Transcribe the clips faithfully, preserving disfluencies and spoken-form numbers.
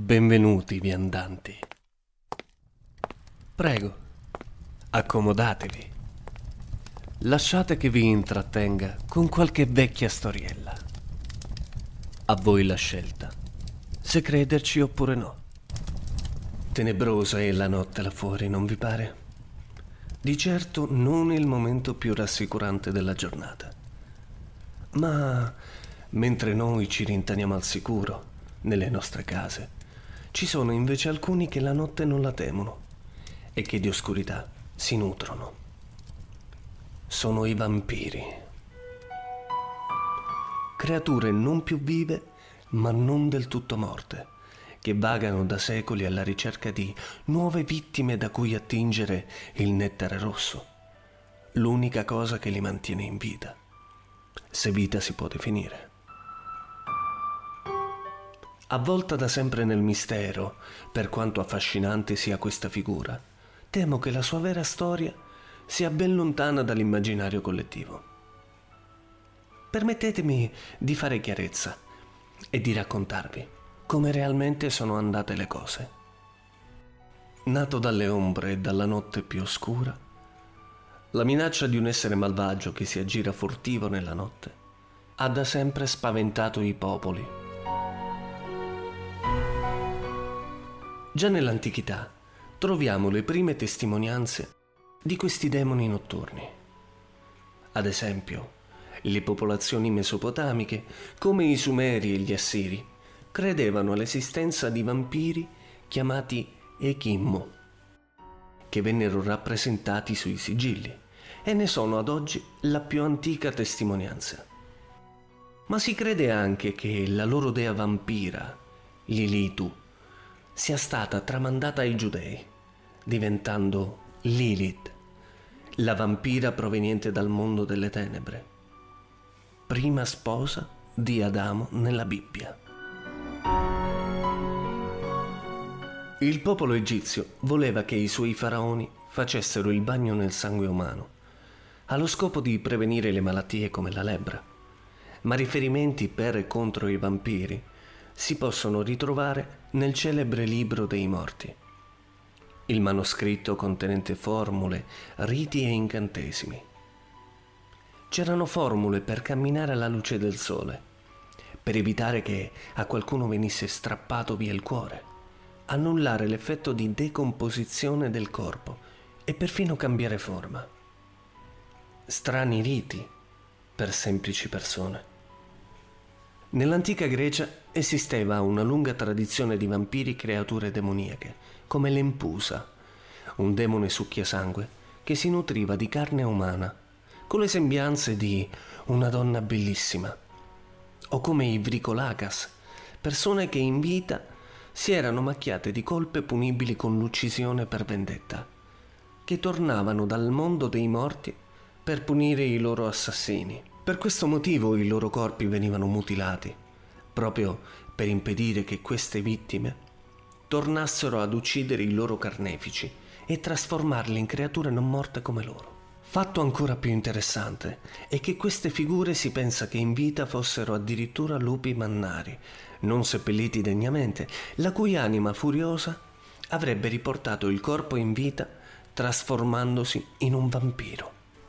Benvenuti viandanti. Prego, accomodatevi. Lasciate che vi intrattenga con qualche vecchia storiella. A voi la scelta, se crederci oppure no. Tenebrosa è la notte là fuori, non vi pare? Di certo non il momento più rassicurante della giornata. Ma mentre noi ci rintaniamo al sicuro nelle nostre case, ci sono invece alcuni che la notte non la temono e che di oscurità si nutrono. Sono i vampiri. Creature non più vive, ma non del tutto morte, che vagano da secoli alla ricerca di nuove vittime da cui attingere il nettare rosso, l'unica cosa che li mantiene in vita, se vita si può definire. Avvolta da sempre nel mistero, per quanto affascinante sia questa figura, temo che la sua vera storia sia ben lontana dall'immaginario collettivo. Permettetemi di fare chiarezza e di raccontarvi come realmente sono andate le cose. Nato dalle ombre e dalla notte più oscura, la minaccia di un essere malvagio che si aggira furtivo nella notte ha da sempre spaventato i popoli. Già nell'antichità troviamo le prime testimonianze di questi demoni notturni. Ad esempio, le popolazioni mesopotamiche, come i Sumeri e gli Assiri, credevano all'esistenza di vampiri chiamati Echimmo, che vennero rappresentati sui sigilli e ne sono ad oggi la più antica testimonianza. Ma si crede anche che la loro dea vampira, Lilitu, sia stata tramandata ai giudei, diventando Lilith, la vampira proveniente dal mondo delle tenebre, prima sposa di Adamo nella Bibbia. Il popolo egizio voleva che i suoi faraoni facessero il bagno nel sangue umano, allo scopo di prevenire le malattie come la lebbra, ma riferimenti per e contro i vampiri si possono ritrovare nel celebre Libro dei Morti, il manoscritto contenente formule, riti e incantesimi. C'erano formule per camminare alla luce del sole, per evitare che a qualcuno venisse strappato via il cuore, annullare l'effetto di decomposizione del corpo e perfino cambiare forma. Strani riti per semplici persone. Nell'antica Grecia esisteva una lunga tradizione di vampiri creature demoniache, come l'Empusa, un demone succhiasangue che si nutriva di carne umana, con le sembianze di una donna bellissima, o come i Vricolakas, persone che in vita si erano macchiate di colpe punibili con l'uccisione per vendetta, che tornavano dal mondo dei morti per punire i loro assassini. Per questo motivo i loro corpi venivano mutilati, proprio per impedire che queste vittime tornassero ad uccidere i loro carnefici e trasformarli in creature non morte come loro. Fatto ancora più interessante è che queste figure si pensa che in vita fossero addirittura lupi mannari, non seppelliti degnamente, la cui anima furiosa avrebbe riportato il corpo in vita trasformandosi in un vampiro.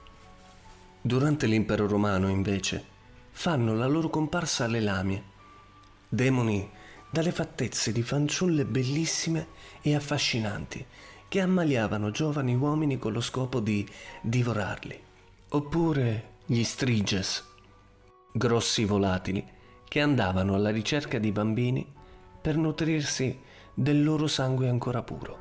Durante l'impero romano, invece, fanno la loro comparsa le lamie, demoni dalle fattezze di fanciulle bellissime e affascinanti che ammaliavano giovani uomini con lo scopo di divorarli. Oppure gli striges, grossi volatili che andavano alla ricerca di bambini per nutrirsi del loro sangue ancora puro.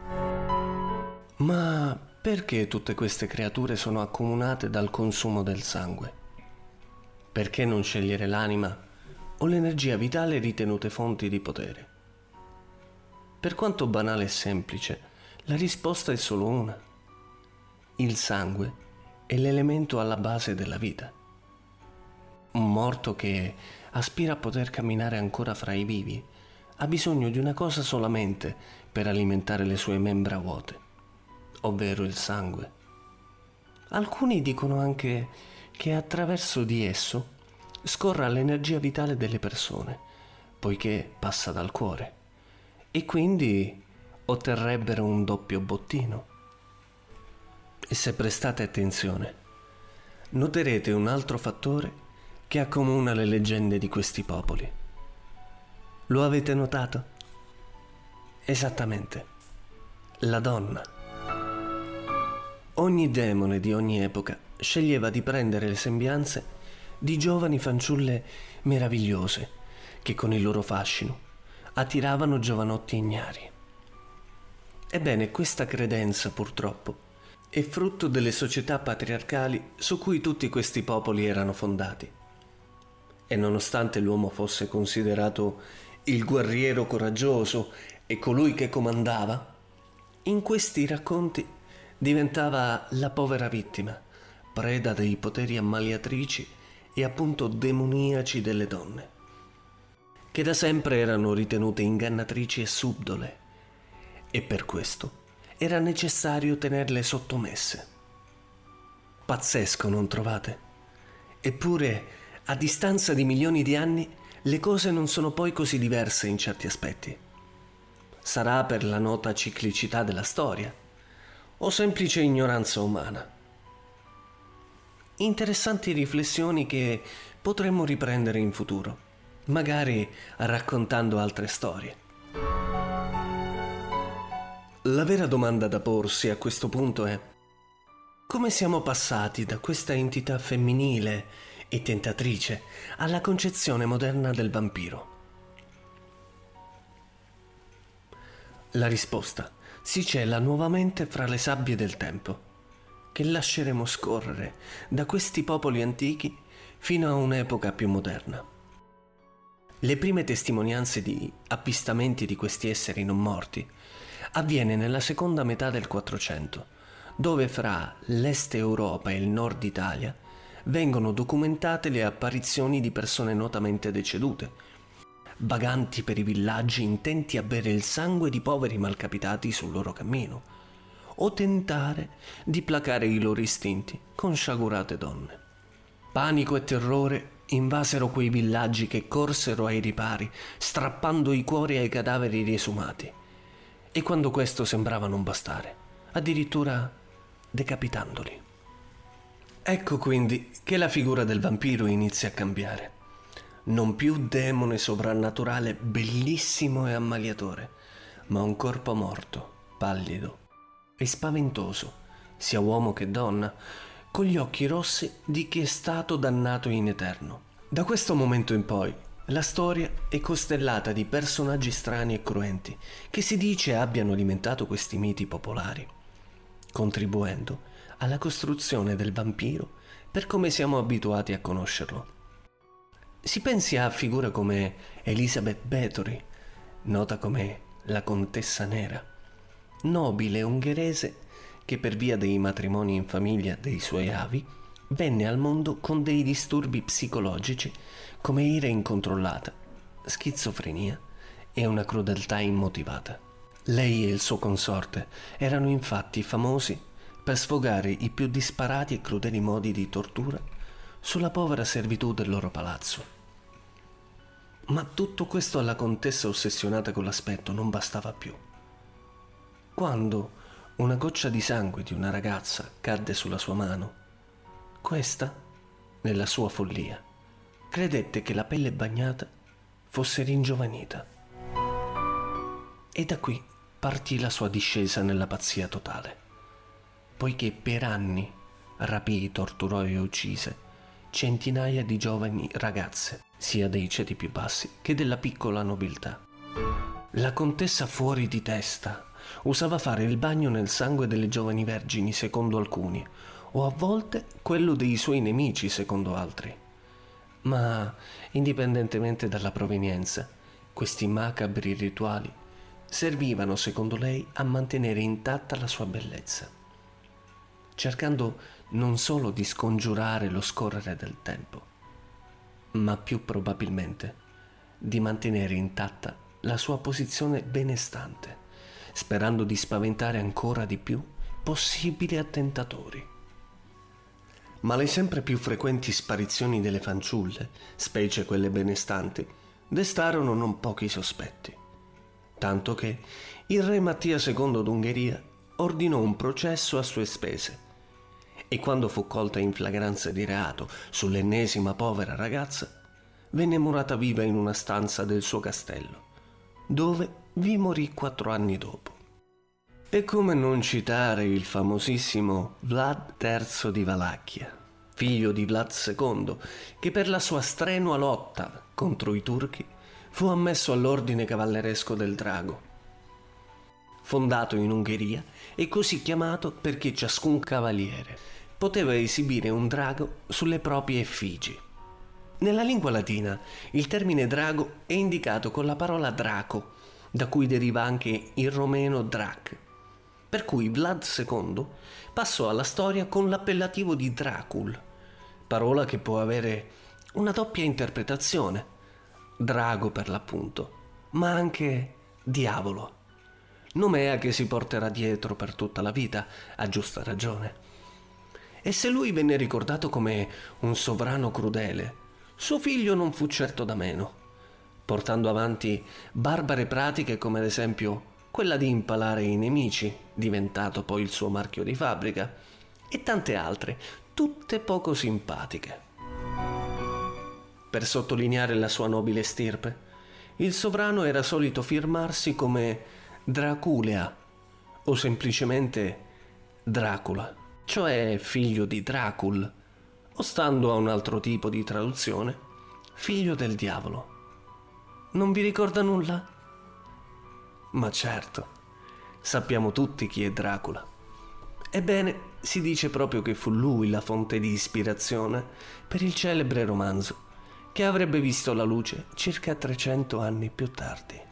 Ma perché tutte queste creature sono accomunate dal consumo del sangue? Perché non scegliere l'anima o l'energia vitale ritenute fonti di potere? Per quanto banale e semplice, la risposta è solo una. Il sangue è l'elemento alla base della vita. Un morto che aspira a poter camminare ancora fra i vivi ha bisogno di una cosa solamente per alimentare le sue membra vuote, ovvero il sangue. Alcuni dicono anche che attraverso di esso scorra l'energia vitale delle persone, poiché passa dal cuore, e quindi otterrebbero un doppio bottino. E se prestate attenzione, noterete un altro fattore che accomuna le leggende di questi popoli. Lo avete notato? Esattamente, la donna. Ogni demone di ogni epoca sceglieva di prendere le sembianze di giovani fanciulle meravigliose che con il loro fascino attiravano giovanotti ignari. Ebbene, questa credenza purtroppo è frutto delle società patriarcali su cui tutti questi popoli erano fondati. E nonostante l'uomo fosse considerato il guerriero coraggioso e colui che comandava, in questi racconti diventava la povera vittima, preda dei poteri ammaliatrici e appunto demoniaci delle donne, che da sempre erano ritenute ingannatrici e subdole, e per questo era necessario tenerle sottomesse. Pazzesco, non trovate? Eppure, a distanza di milioni di anni, le cose non sono poi così diverse in certi aspetti. Sarà per la nota ciclicità della storia, o semplice ignoranza umana. Interessanti riflessioni che potremmo riprendere in futuro, magari raccontando altre storie. La vera domanda da porsi a questo punto è: come siamo passati da questa entità femminile e tentatrice alla concezione moderna del vampiro? La risposta si cela nuovamente fra le sabbie del tempo, che lasceremo scorrere da questi popoli antichi fino a un'epoca più moderna. Le prime testimonianze di avvistamenti di questi esseri non morti avviene nella seconda metà del Quattrocento, dove fra l'Est Europa e il Nord Italia vengono documentate le apparizioni di persone notamente decedute, vaganti per i villaggi intenti a bere il sangue di poveri malcapitati sul loro cammino, o tentare di placare i loro istinti con sciagurate donne. Panico e terrore invasero quei villaggi che corsero ai ripari, strappando i cuori ai cadaveri riesumati, e quando questo sembrava non bastare, addirittura decapitandoli. Ecco quindi che la figura del vampiro inizia a cambiare. Non più demone sovrannaturale bellissimo e ammaliatore, ma un corpo morto, pallido e spaventoso, sia uomo che donna, con gli occhi rossi di chi è stato dannato in eterno. Da questo momento in poi, la storia è costellata di personaggi strani e cruenti che si dice abbiano alimentato questi miti popolari, contribuendo alla costruzione del vampiro per come siamo abituati a conoscerlo. Si pensi a figure come Elizabeth Bathory, nota come la Contessa Nera, nobile ungherese che per via dei matrimoni in famiglia dei suoi avi venne al mondo con dei disturbi psicologici come ira incontrollata, schizofrenia e una crudeltà immotivata. Lei e il suo consorte erano infatti famosi per sfogare i più disparati e crudeli modi di tortura sulla povera servitù del loro palazzo. Ma tutto questo alla contessa ossessionata con l'aspetto non bastava più. Quando una goccia di sangue di una ragazza cadde sulla sua mano, questa, nella sua follia, credette che la pelle bagnata fosse ringiovanita. E da qui partì la sua discesa nella pazzia totale, poiché per anni rapì, torturò e uccise centinaia di giovani ragazze, sia dei ceti più bassi che della piccola nobiltà. La contessa fuori di testa usava fare il bagno nel sangue delle giovani vergini secondo alcuni, o a volte quello dei suoi nemici secondo altri. Ma, indipendentemente dalla provenienza, questi macabri rituali servivano, secondo lei, a mantenere intatta la sua bellezza, cercando non solo di scongiurare lo scorrere del tempo, ma più probabilmente di mantenere intatta la sua posizione benestante, sperando di spaventare ancora di più possibili attentatori. Ma le sempre più frequenti sparizioni delle fanciulle, specie quelle benestanti, destarono non pochi sospetti. tanto che il re Mattia secondo d'Ungheria ordinò un processo a sue spese e quando fu colta in flagranza di reato sull'ennesima povera ragazza, venne murata viva in una stanza del suo castello, dove vi morì quattro anni dopo. E come non citare il famosissimo Vlad terzo di Valacchia, figlio di Vlad secondo, che per la sua strenua lotta contro i turchi fu ammesso all'ordine cavalleresco del Drago, fondato in Ungheria e così chiamato perché ciascun cavaliere poteva esibire un drago sulle proprie effigi. Nella lingua latina il termine drago è indicato con la parola draco, da cui deriva anche il romeno drac, per cui Vlad secondo passò alla storia con l'appellativo di Dracul, parola che può avere una doppia interpretazione, drago per l'appunto, ma anche diavolo, nomea che si porterà dietro per tutta la vita, a giusta ragione. E se lui venne ricordato come un sovrano crudele, suo figlio non fu certo da meno, portando avanti barbare pratiche come ad esempio quella di impalare i nemici, diventato poi il suo marchio di fabbrica, e tante altre, tutte poco simpatiche. Per sottolineare la sua nobile stirpe, il sovrano era solito firmarsi come Draculea o semplicemente Dracula, cioè figlio di Dracul, o stando a un altro tipo di traduzione, figlio del diavolo. Non vi ricorda nulla? Ma certo, sappiamo tutti chi è Dracula. Ebbene, si dice proprio che fu lui la fonte di ispirazione per il celebre romanzo, che avrebbe visto la luce circa trecento anni più tardi.